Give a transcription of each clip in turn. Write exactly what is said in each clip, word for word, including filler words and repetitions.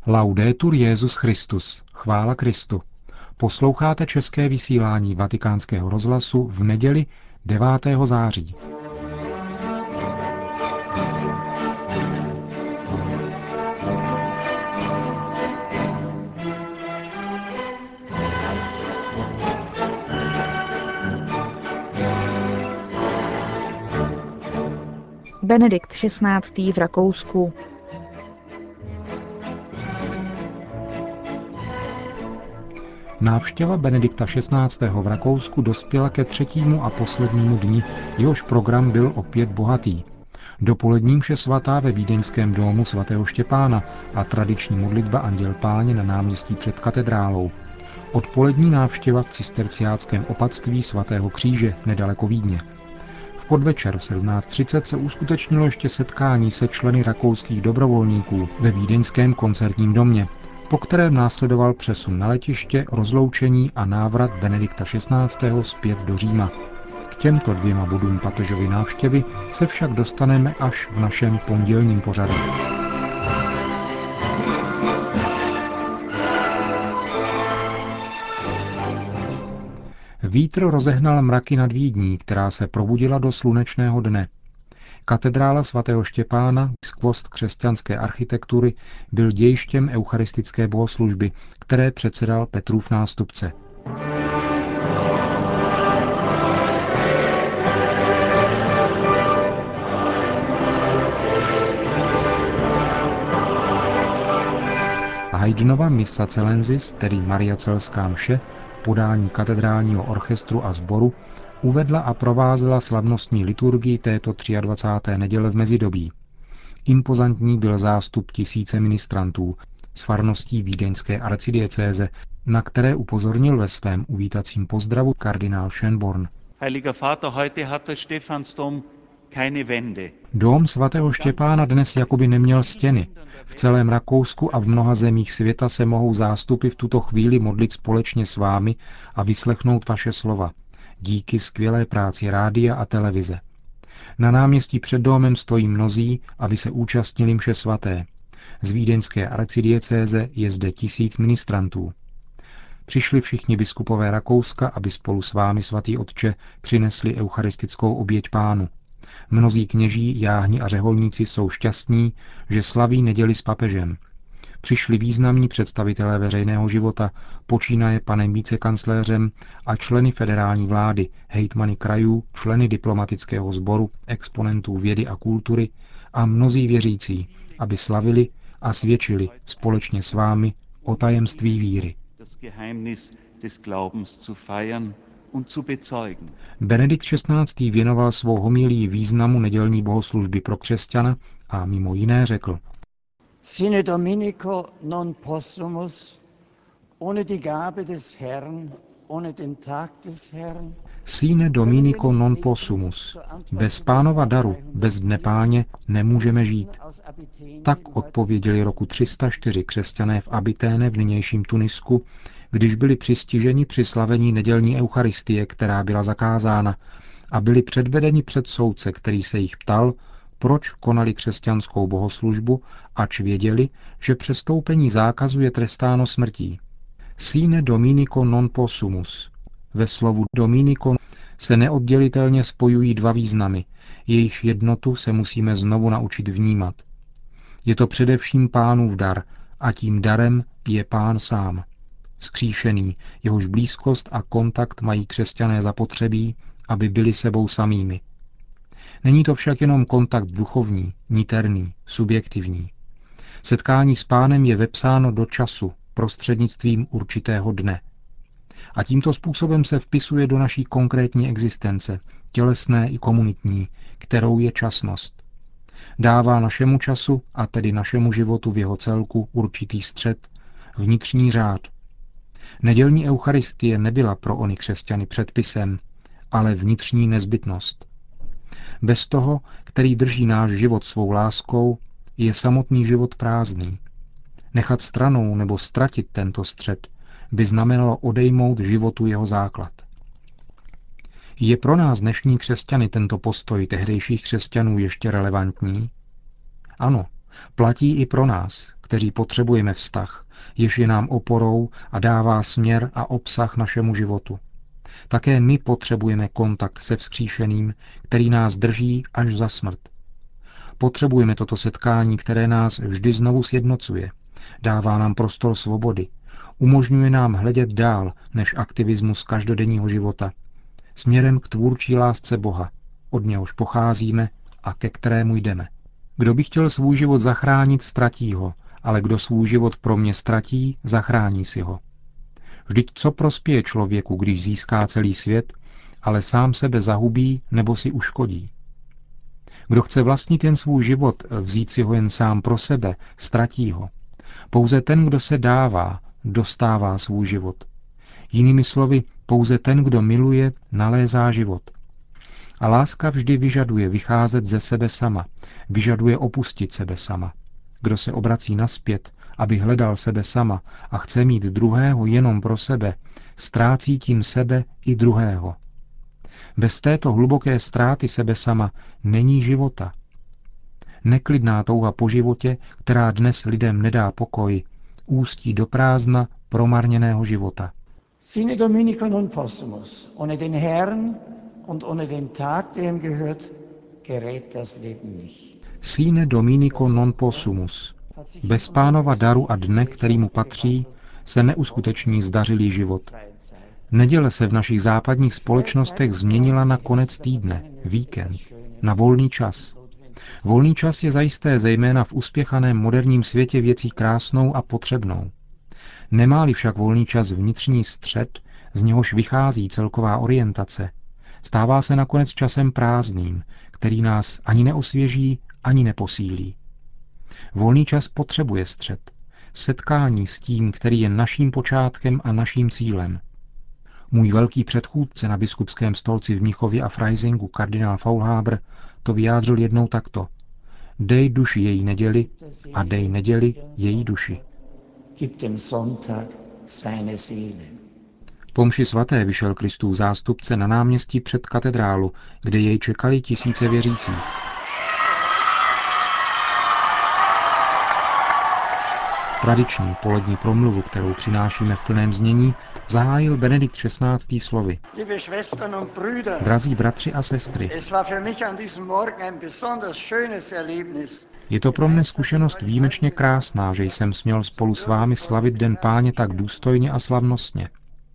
Laudetur Jesus Christus, chvála Kristu. Posloucháte české vysílání Vatikánského rozhlasu v neděli devátého září. Benedikt šestnáctý. v Rakousku. Návštěva Benedikta šestnáctého. v Rakousku dospěla ke třetímu a poslednímu dni, jehož program byl opět bohatý. Dopolední mše svatá ve vídeňském domu svatého Štěpána a tradiční modlitba Anděl Páně na náměstí před katedrálou. Odpolední návštěva v cisterciáckém opatství svatého Kříže nedaleko Vídně. V podvečer v sedmnáct třicet se uskutečnilo ještě setkání se členy rakouských dobrovolníků ve vídeňském koncertním domě, po kterém následoval přesun na letiště, rozloučení a návrat Benedikta šestnáctého. zpět do Říma. K těmto dvěma bodům papežovy návštěvy se však dostaneme až v našem pondělním pořadu. Vítr rozehnal mraky nad Vídní, která se probudila do slunečného dne. Katedrála svatého Štěpána, skvost křesťanské architektury, byl dějištěm eucharistické bohoslužby, které předsedal Petrův nástupce. Haydnova Missa Celensis, tedy Maria Celská mše, v podání katedrálního orchestru a sboru, uvedla a provázela slavnostní liturgii této dvacáté třetí neděle v mezidobí. Impozantní byl zástup tisíce ministrantů z farností vídeňské arcidiecéze, na které upozornil ve svém uvítacím pozdravu kardinál Schönborn. Heiliger Vater, heute hat der Stephansdom keine Wände. Dóm svatého Štěpána dnes jakoby neměl stěny. V celém Rakousku a v mnoha zemích světa se mohou zástupy v tuto chvíli modlit společně s vámi a vyslechnout vaše slova. Díky skvělé práci rádia a televize. Na náměstí před domem stojí mnozí, aby se účastnili mše svaté. Z vídeňské arcidiecéze je zde tisíc ministrantů. Přišli všichni biskupové Rakouska, aby spolu s vámi, svatý otče, přinesli eucharistickou oběť Pánu. Mnozí kněží, jáhni a řeholníci jsou šťastní, že slaví neděli s papežem. Přišli významní představitelé veřejného života, počínaje panem vicekancléřem a členy federální vlády, hejtmany krajů, členy diplomatického sboru, exponentů vědy a kultury a mnozí věřící, aby slavili a svědčili společně s vámi o tajemství víry. Benedikt šestnáctý. věnoval svou homilii významu nedělní bohoslužby pro křesťana a mimo jiné řekl: Sine Dominico non possumus, ohne die Gabe des Herrn, ohne den Tag des Herrn. Sine Dominico non possumus. Bez Pánova daru, bez dne Páně nemůžeme žít. Tak odpověděli roku tři sta čtyři křesťané v Abiténe v nynějším Tunisku, když byli přistiženi při slavení nedělní eucharistie, která byla zakázána, a byli předvedeni před soudce, který se jich ptal, proč konali křesťanskou bohoslužbu, ač věděli, že přestoupení zákazu je trestáno smrtí. Sine Dominico non possumus. Ve slovu Dominico se neoddělitelně spojují dva významy, jejichž jednotu se musíme znovu naučit vnímat. Je to především Pánův dar a tím darem je Pán sám. Vzkříšený, jehož blízkost a kontakt mají křesťané zapotřebí, aby byli sebou samými. Není to však jenom kontakt duchovní, niterný, subjektivní. Setkání s Pánem je vepsáno do času prostřednictvím určitého dne. A tímto způsobem se vpisuje do naší konkrétní existence, tělesné i komunitní, kterou je časnost. Dává našemu času, a tedy našemu životu v jeho celku, určitý střed, vnitřní řád. Nedělní eucharistie nebyla pro ony křesťany předpisem, ale vnitřní nezbytnost. Bez toho, který drží náš život svou láskou, je samotný život prázdný. Nechat stranou nebo ztratit tento střed by znamenalo odejmout životu jeho základ. Je pro nás dnešní křesťany tento postoj tehdejších křesťanů ještě relevantní? Ano, Platí i pro nás, kteří potřebujeme vztah, jež je nám oporou a dává směr a obsah našemu životu. Také my potřebujeme kontakt se vzkříšeným, který nás drží až za smrt. Potřebujeme toto setkání, které nás vždy znovu sjednocuje, dává nám prostor svobody, umožňuje nám hledět dál než aktivismus každodenního života, směrem k tvůrčí lásce Boha, od něhož pocházíme a ke kterému jdeme. Kdo by chtěl svůj život zachránit, ztratí ho, ale kdo svůj život pro mě ztratí, zachrání si ho. Vždyť co prospěje člověku, když získá celý svět, ale sám sebe zahubí nebo si uškodí? Kdo chce vlastnit jen svůj život, vzít si ho jen sám pro sebe, ztratí ho. Pouze ten, kdo se dává, dostává svůj život. Jinými slovy, pouze ten, kdo miluje, nalézá život. A láska vždy vyžaduje vycházet ze sebe sama, vyžaduje opustit sebe sama. Kdo se obrací nazpět, aby hledal sebe sama a chce mít druhého jenom pro sebe, ztrácí tím sebe i druhého. Bez této hluboké ztráty sebe sama není života. Neklidná touha po životě, která dnes lidem nedá pokoj, ústí do prázdna promarněného života. Sine Dominico non possumus, ohne den Herrn und ohne den Tag, der ihm gehört, gerät das Leben nicht. Sine Dominico non possumus. Bez Pánova daru a dne, který mu patří, se neuskuteční zdařilý život. Neděle se v našich západních společnostech změnila na konec týdne, víkend, na volný čas. Volný čas je zajisté zejména v uspěchaném moderním světě věcí krásnou a potřebnou. Nemá-li však volný čas vnitřní střed, z něhož vychází celková orientace, stává se nakonec časem prázdným, který nás ani neosvěží, ani neposílí. Volný čas potřebuje střed, setkání s tím, který je naším počátkem a naším cílem. Můj velký předchůdce na biskupském stolci v Mnichově a Freisingu, kardinál Faulhaber, to vyjádřil jednou takto. Dej duši její neděli a dej neděli její duši. Po mši svaté vyšel Kristův zástupce na náměstí před katedrálu, kde jej čekali tisíce věřících. Tradiční polední promluvu, kterou přinášíme v plném znění, zahájil Benedikt šestnáctý slovy. Drazí bratři a sestry, je to pro mne zkušenost výjimečně krásná, že jsem směl spolu s vámi slavit Den Páně tak důstojně a slavnostně.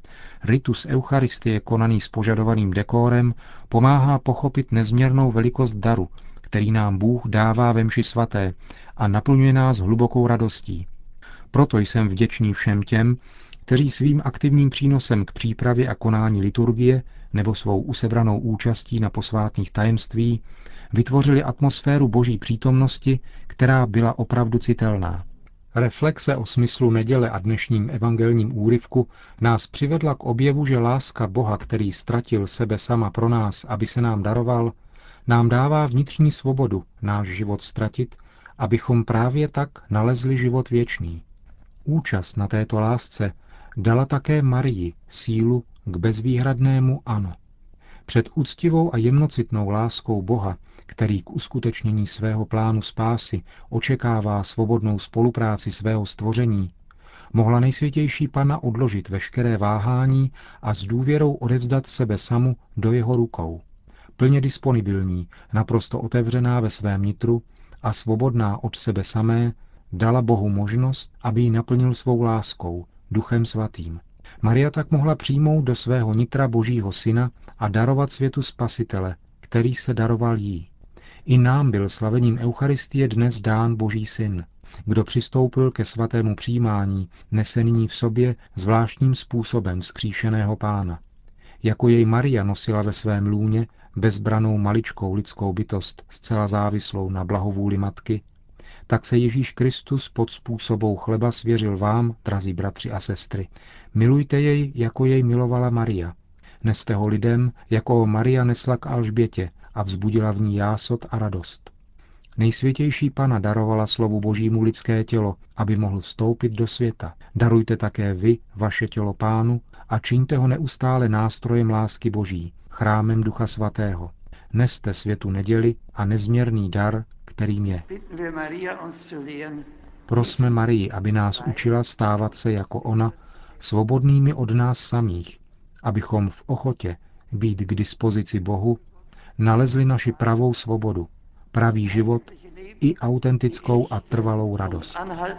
Ritus Eucharistie konaný s požadovaným dekórem pomáhá pochopit nezměrnou velikost daru, který nám Bůh dává ve mši svaté a naplňuje nás hlubokou radostí. Proto jsem vděčný všem těm, kteří svým aktivním přínosem k přípravě a konání liturgie nebo svou usebranou účastí na posvátných tajemství vytvořili atmosféru Boží přítomnosti, která byla opravdu citelná. Reflexe o smyslu neděle a dnešním evangelním úryvku nás přivedla k objevu, že láska Boha, který ztratil sebe sama pro nás, aby se nám daroval, nám dává vnitřní svobodu náš život ztratit, abychom právě tak nalezli život věčný. Účast na této lásce dala také Marii sílu k bezvýhradnému ano. Před úctivou a jemnocitnou láskou Boha, který k uskutečnění svého plánu spásy očekává svobodnou spolupráci svého stvoření, mohla Nejsvětější Panna odložit veškeré váhání a s důvěrou odevzdat sebe samu do jeho rukou. Plně disponibilní, naprosto otevřená ve svém nitru a svobodná od sebe samé, dala Bohu možnost, aby ji naplnil svou láskou, Duchem Svatým. Maria tak mohla přijmout do svého nitra Božího Syna a darovat světu Spasitele, který se daroval jí. I nám byl slavením Eucharistie dnes dán Boží Syn. Kdo přistoupil ke svatému přijímání, nese nyní v sobě zvláštním způsobem vzkříšeného Pána. Jako jej Maria nosila ve svém lůně bezbranou maličkou lidskou bytost, zcela závislou na blahovůli matky, tak se Ježíš Kristus pod způsobou chleba svěřil vám, drazí bratři a sestry. Milujte jej, jako jej milovala Maria. Neste ho lidem, jako ho Maria nesla k Alžbětě a vzbudila v ní jásot a radost. Nejsvětější Panna darovala slovu Božímu lidské tělo, aby mohl vstoupit do světa. Darujte také vy vaše tělo Pánu a čiňte ho neustále nástrojem lásky Boží, chrámem Ducha Svatého. Neste světu neděli a nezměrný dar, kterým je. Prosme Marii, aby nás učila stávat se jako ona, svobodnými od nás samých, abychom v ochotě být k dispozici Bohu nalezli naši pravou svobodu, pravý život i autentickou a trvalou radost.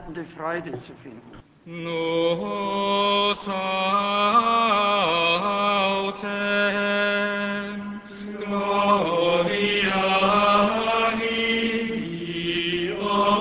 Nos autem gloria Dei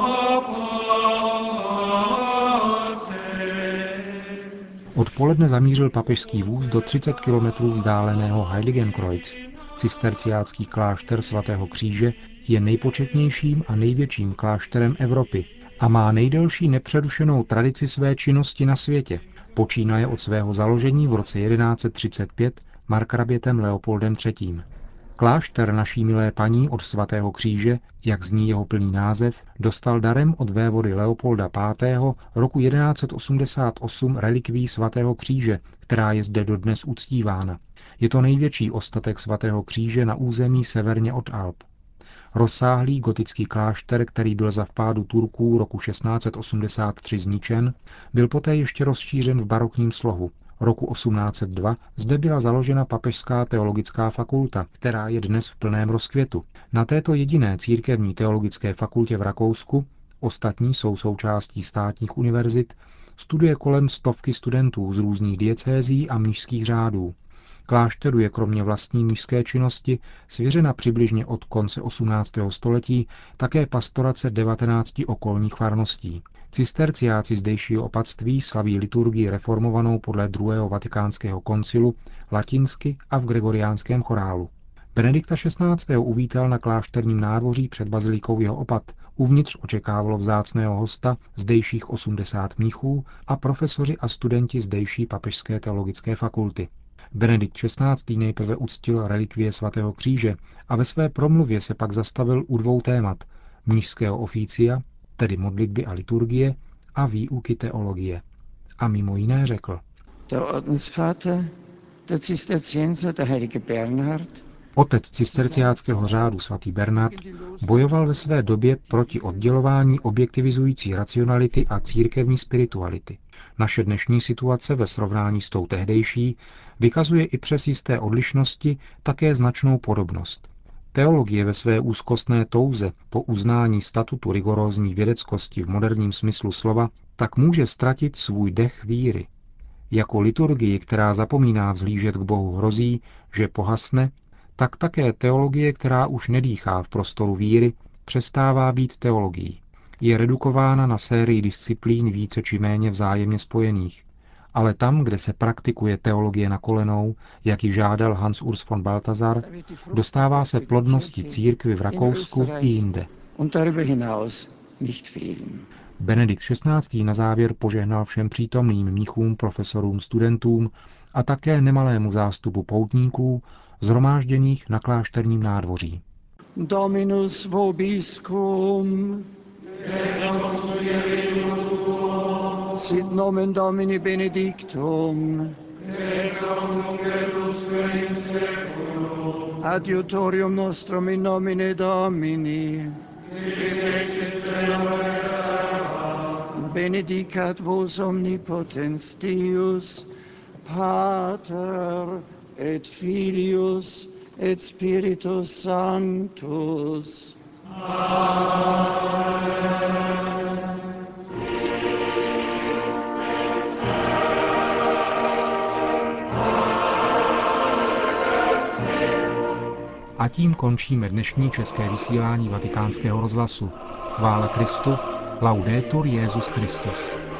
Pater. Odpoledne zamířil papežský vůz do třicet kilometrů vzdáleného Heiligenkreuz. Cisterciácký klášter svatého kříže je nejpočetnějším a největším klášterem Evropy a má nejdelší nepřerušenou tradici své činnosti na světě. Počínaje od svého založení v roce jedenáct set třicet pět markrabětem Leopoldem třetím. Klášter Naší milé paní od svatého kříže, jak zní jeho plný název, dostal darem od vévody Leopolda pátého. roku jedenáct set osmdesát osm relikví svatého kříže, která je zde dodnes uctívána. Je to největší ostatek svatého kříže na území severně od Alp. Rozsáhlý gotický klášter, který byl za vpádu Turků roku šestnáct set osmdesát tři zničen, byl poté ještě rozšířen v barokním slohu. Roku osmnáct set dva zde byla založena papežská teologická fakulta, která je dnes v plném rozkvětu. Na této jediné církevní teologické fakultě v Rakousku, ostatní jsou součástí státních univerzit, studuje kolem stovky studentů z různých diecézí a mnišských řádů. Klášteru je kromě vlastní mnišské činnosti svěřena přibližně od konce osmnáctého století také pastorace devatenácti okolních farností. Cisterciáci zdejšího opatství slaví liturgii reformovanou podle druhého vatikánského koncilu latinsky a v gregoriánském chorálu. Benedikta šestnáctého uvítal na klášterním nádvoří před bazilikou jeho opat. Uvnitř očekávalo vzácného hosta zdejších osmdesát mnichů a profesoři a studenti zdejší papežské teologické fakulty. Benedikt šestnáctý. nejprve uctil relikvie svatého kříže a ve své promluvě se pak zastavil u dvou témat – mnišského ofícia, tedy modlitby a liturgie, a výuky teologie. A mimo jiné řekl: Otec cisterciáckého řádu svatý Bernard bojoval ve své době proti oddělování objektivizující racionality a církevní spirituality. Naše dnešní situace ve srovnání s tou tehdejší vykazuje i přes jisté odlišnosti také značnou podobnost. Teologie ve své úzkostné touze po uznání statutu rigorózní vědeckosti v moderním smyslu slova tak může ztratit svůj dech víry. Jako liturgii, která zapomíná vzhlížet k Bohu, hrozí, že pohasne, tak také teologie, která už nedýchá v prostoru víry, přestává být teologií. Je redukována na sérii disciplín více či méně vzájemně spojených. Ale tam, kde se praktikuje teologie na kolenou, jak ji žádal Hans Urs von Balthasar, dostává se plodnosti církvi v Rakousku i jinde. Benedikt šestnáctý. na závěr požehnal všem přítomným mnichům, profesorům, studentům a také nemalému zástupu poutníků, shromážděných na klášterním nádvoří. Dominus vobiscum, sit nomen Domini benedictum, adiutorium nostrum in nomine Domini, benedicat vos omnipotens Deus, Pater et Filius et Spiritus Sanctus. A tím končíme dnešní české vysílání Vatikánského rozhlasu. Chvála Kristu, laudetur Jesus Christus.